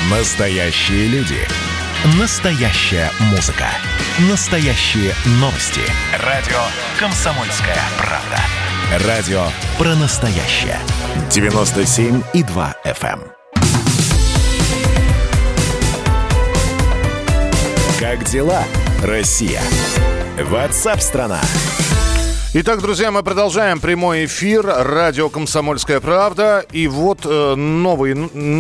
Настоящие люди. Настоящая музыка. Настоящие новости. Радио «Комсомольская правда». Радио про настоящее. 97,2 FM. Как дела, Россия? WhatsApp-страна. Итак, друзья, мы продолжаем прямой эфир. Радио «Комсомольская правда». И вот новая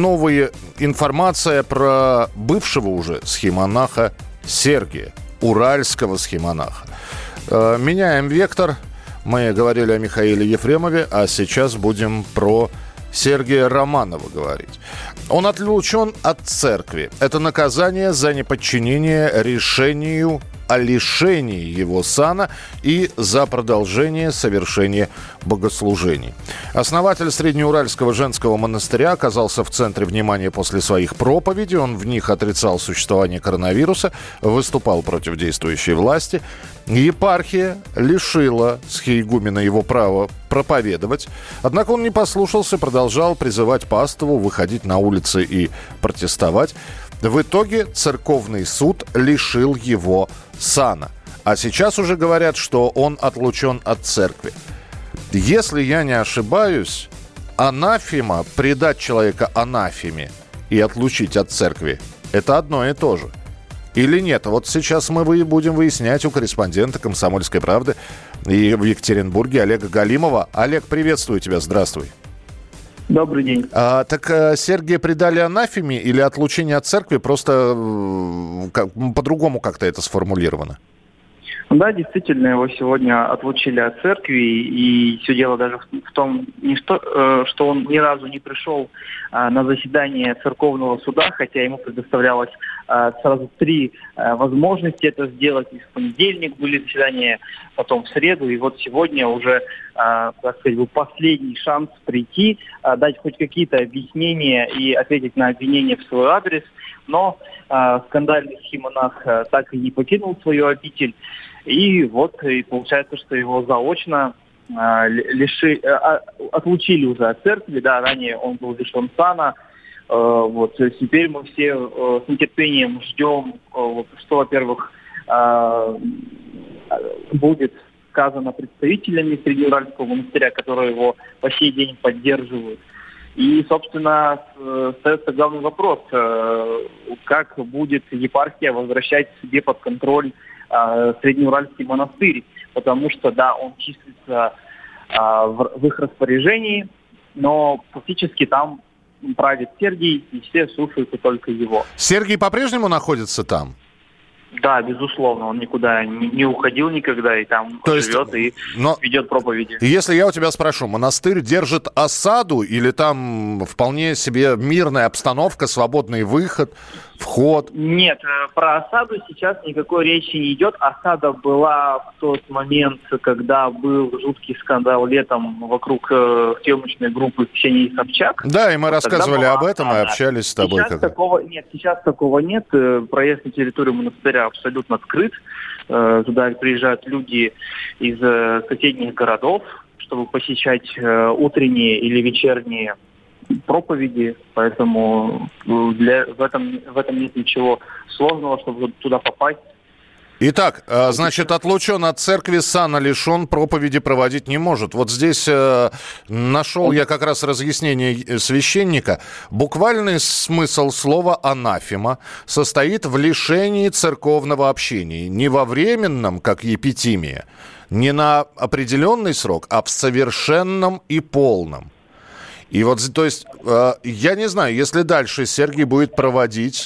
информация про бывшего уже схимонаха Сергия, уральского схимонаха. Меняем вектор. Мы говорили о Михаиле Ефремове, а сейчас будем про Сергия Романова говорить. Он отлучен от церкви. Это наказание за неподчинение решению о лишении его сана и за продолжение совершения богослужений. Основатель Среднеуральского женского монастыря оказался в центре внимания после своих проповедей. Он в них отрицал существование коронавируса, выступал против действующей власти. Епархия лишила схиегумена его права проповедовать. Однако он не послушался, продолжал призывать паству выходить на улицы и протестовать. В итоге церковный суд лишил его сана. А сейчас уже говорят, что он отлучен от церкви. Если я не ошибаюсь, анафема, предать человека анафеме и отлучить от церкви, это одно и то же. Или нет? Вот сейчас мы будем выяснять у корреспондента «Комсомольской правды» и в Екатеринбурге Олега Галимова. Олег, приветствую тебя, здравствуй. Добрый день. Так Сергия предали анафеме или отлучение от церкви? Просто по-другому как-то это сформулировано. Да, действительно, его сегодня отлучили от церкви, и все дело даже в том, что он ни разу не пришел на заседание церковного суда, хотя ему предоставлялось сразу 3 возможности это сделать. И в понедельник были заседания, потом в среду, и вот сегодня уже, так сказать, был последний шанс прийти, дать хоть какие-то объяснения и ответить на обвинения в свой адрес. Но скандальный схимонах так и не покинул свою обитель. И вот и получается, что его заочно отлучили уже от церкви. Да, ранее он был лишен сана. Вот теперь мы все с нетерпением ждем, что, во-первых, будет сказано представителями Среднеуральского монастыря, которые его по сей день поддерживают. И, собственно, остается главный вопрос, как будет епархия возвращать себе под контроль Среднеуральский монастырь, потому что, да, он числится в их распоряжении, но фактически там правит Сергий, и все слушаются только его. Сергий по-прежнему находится там? Да, безусловно, он никуда не уходил никогда, и там живет и ведет проповеди. Если я у тебя спрошу, монастырь держит осаду или там вполне себе мирная обстановка, свободный выход, вход? Нет, про осаду сейчас никакой речи не идет. Осада была в тот момент, когда был жуткий скандал летом вокруг съемочной группы Ксении Собчак. Да, и мы рассказывали об этом, и общались с тобой. Сейчас такого нет. Проезд на территорию монастыря абсолютно открыт. Туда приезжают люди из соседних городов, чтобы посещать утренние или вечерние проповеди, поэтому в этом нет ничего сложного, чтобы туда попасть. Итак, значит, отлучен от церкви, сана лишен, проповеди проводить не может. Вот здесь нашел я как раз разъяснение священника. Буквальный смысл слова «анафема» состоит в лишении церковного общения. Не во временном, как епитимия, не на определенный срок, а в совершенном и полном. И вот, то есть, я не знаю, если дальше Сергий будет проводить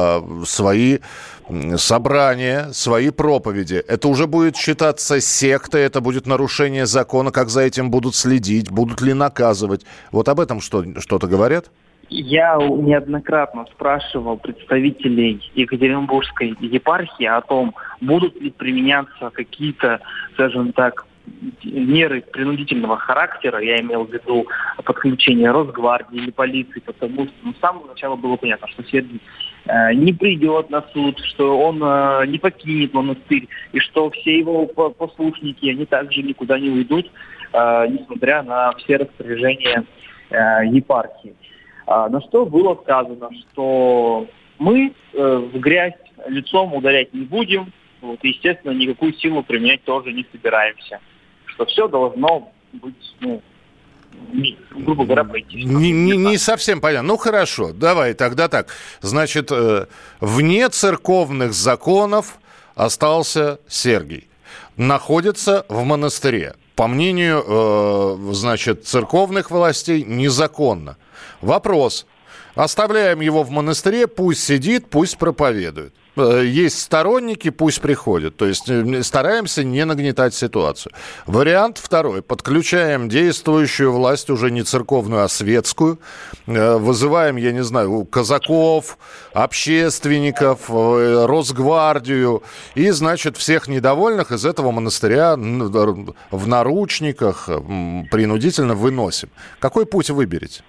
свои собрания, свои проповеди, это уже будет считаться сектой, это будет нарушение закона, как за этим будут следить, будут ли наказывать. Вот об этом что-то говорят? Я неоднократно спрашивал представителей Екатеринбургской епархии о том, будут ли применяться какие-то, скажем так, меры принудительного характера, я имел в виду подключение Росгвардии или полиции, потому что с самого начала было понятно, что Сергий не придет на суд, что он не покинет монастырь, и что все его послушники, они также никуда не уйдут, несмотря на все распоряжения епархии. На что было сказано, что мы в грязь лицом ударять не будем, вот, и, естественно, никакую силу применять тоже не собираемся. Что все должно быть, грубо говоря, пройти. Не совсем понятно. Ну, хорошо, давай тогда так. Значит, вне церковных законов остался Сергий. Находится в монастыре. По мнению, значит, церковных властей, незаконно. Вопрос. Оставляем его в монастыре, пусть сидит, пусть проповедует. Есть сторонники, пусть приходят. То есть стараемся не нагнетать ситуацию. Вариант второй. Подключаем действующую власть, уже не церковную, а светскую. Вызываем, я не знаю, казаков, общественников, Росгвардию. И, значит, всех недовольных из этого монастыря в наручниках принудительно выносим. Какой путь выберете?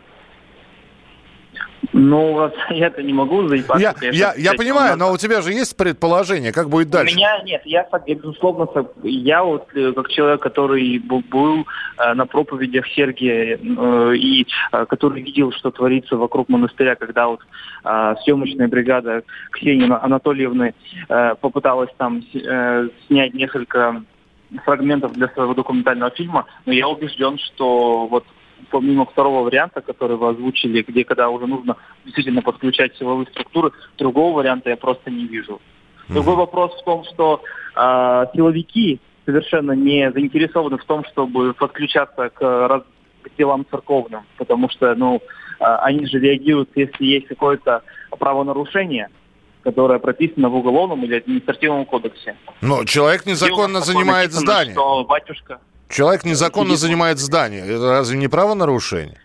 Ну, я-то не могу заебаться. Я понимаю, но у тебя же есть предположение, как будет дальше? У меня нет. Я безусловно, я вот как человек, который был на проповедях Сергия и который видел, что творится вокруг монастыря, когда вот съемочная бригада Ксении Анатольевны попыталась там снять несколько фрагментов для своего документального фильма, но я убежден, что вот помимо второго варианта, который вы озвучили, когда уже нужно действительно подключать силовые структуры, другого варианта я просто не вижу. Другой вопрос в том, что силовики совершенно не заинтересованы в том, чтобы подключаться к делам церковным, потому что, они же реагируют, если есть какое-то правонарушение, которое прописано в Уголовном или Административном кодексе. Но человек незаконно занимает здание. Что батюшка... Человек незаконно занимает здание. Это разве не правонарушение?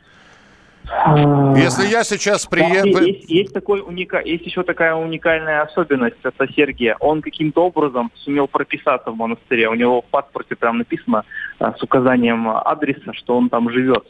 Если я сейчас приеду... Есть еще такая уникальная особенность это Сергия. Он каким-то образом сумел прописаться в монастыре. У него в паспорте прям написано с указанием адреса, что он там живет.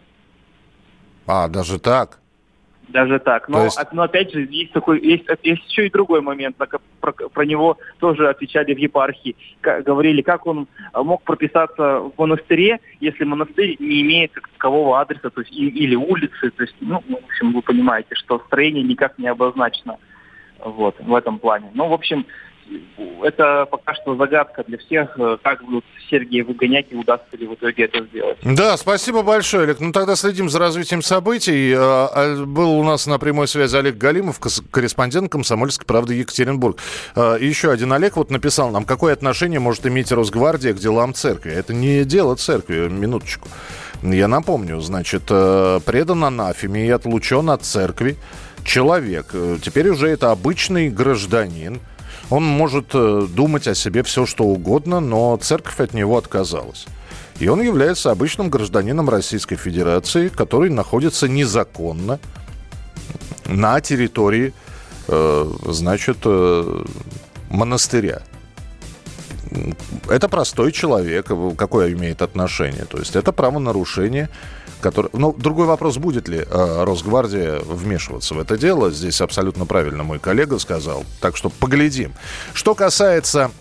Даже так? Даже так. Но опять же, есть еще и другой момент. Про него тоже отвечали в епархии. Говорили, как он мог прописаться в монастыре, если монастырь не имеет такового адреса, то есть или улицы. То есть, в общем, вы понимаете, что строение никак не обозначено в этом плане. В общем, это пока что загадка для всех, как будут Сергия выгонять и удастся ли в итоге это сделать. Да, спасибо большое, Олег. Тогда следим за развитием событий. Был у нас на прямой связи Олег Галимов, корреспондент «Комсомольской правды» Екатеринбург. И еще один Олег написал нам, какое отношение может иметь Росгвардия к делам церкви. Это не дело церкви, минуточку. Я напомню, значит, предан анафеме и отлучен от церкви человек. Теперь уже это обычный гражданин. Он может думать о себе все, что угодно, но церковь от него отказалась. И он является обычным гражданином Российской Федерации, который находится незаконно на территории, монастыря. Это простой человек. Какое имеет отношение? То есть это правонарушение, которое... другой вопрос, будет ли Росгвардия вмешиваться в это дело. Здесь абсолютно правильно мой коллега сказал. Так что поглядим. Что касается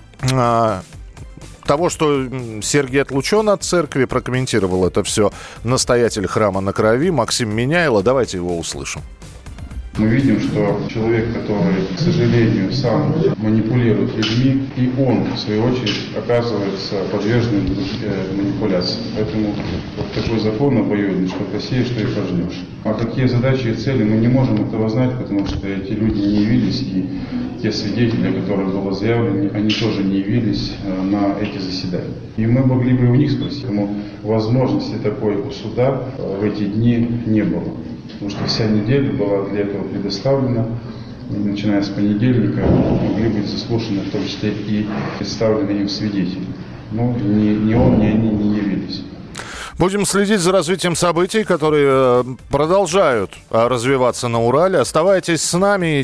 того, что Сергий отлучен от церкви, прокомментировал это все настоятель храма на Крови Максим Меняйло. Давайте его услышим. Мы видим, что человек, который, к сожалению, сам манипулирует людьми, и он, в свою очередь, оказывается подвержен манипуляции. Поэтому такой закон обоюдный, что посеешь, что и пожнешь. А какие задачи и цели, мы не можем этого знать, потому что эти люди не явились, и те свидетели, о которых было заявлено, они тоже не явились на эти заседания. И мы могли бы у них спросить, но возможности такой у суда в эти дни не было. Потому что вся неделя была для этого предоставлена. Начиная с понедельника могли быть заслушаны в том числе и представлены им свидетели. Но ни он, ни они не явились. Будем следить за развитием событий, которые продолжают развиваться на Урале. Оставайтесь с нами.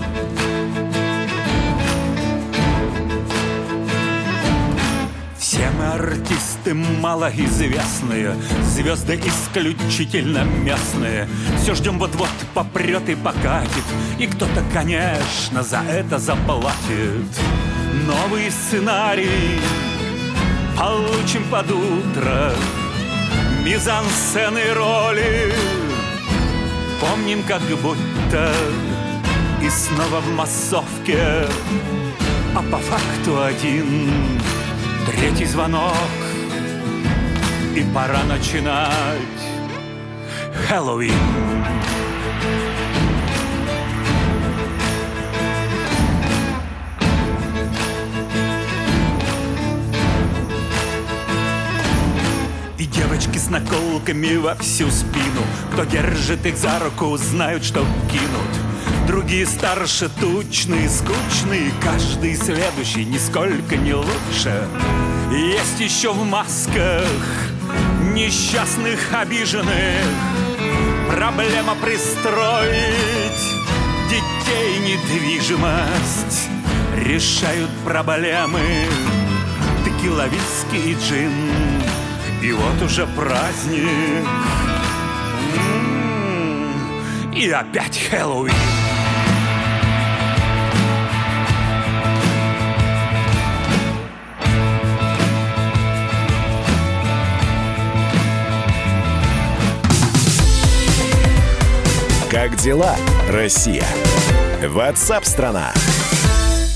Все мы артисты малоизвестные, звезды исключительно местные. Все ждем, вот-вот попрет и покатит, и кто-то, конечно, за это заплатит. Новый сценарий получим под утро, мизансцены, роли. помним как будто и снова в массовке, а по факту один, третий звонок, и пора начинать Хэллоуин. И девочки с наколками во всю спину, кто держит их за руку, знают, что кинут. Другие старше, тучные, скучные, каждый следующий нисколько не лучше. Есть еще в масках несчастных, обиженных. Проблема пристроить детей, недвижимость. Решают проблемы текила, виски и джин. И вот уже праздник, и опять Хэллоуин. Как дела, Россия? WhatsApp-страна.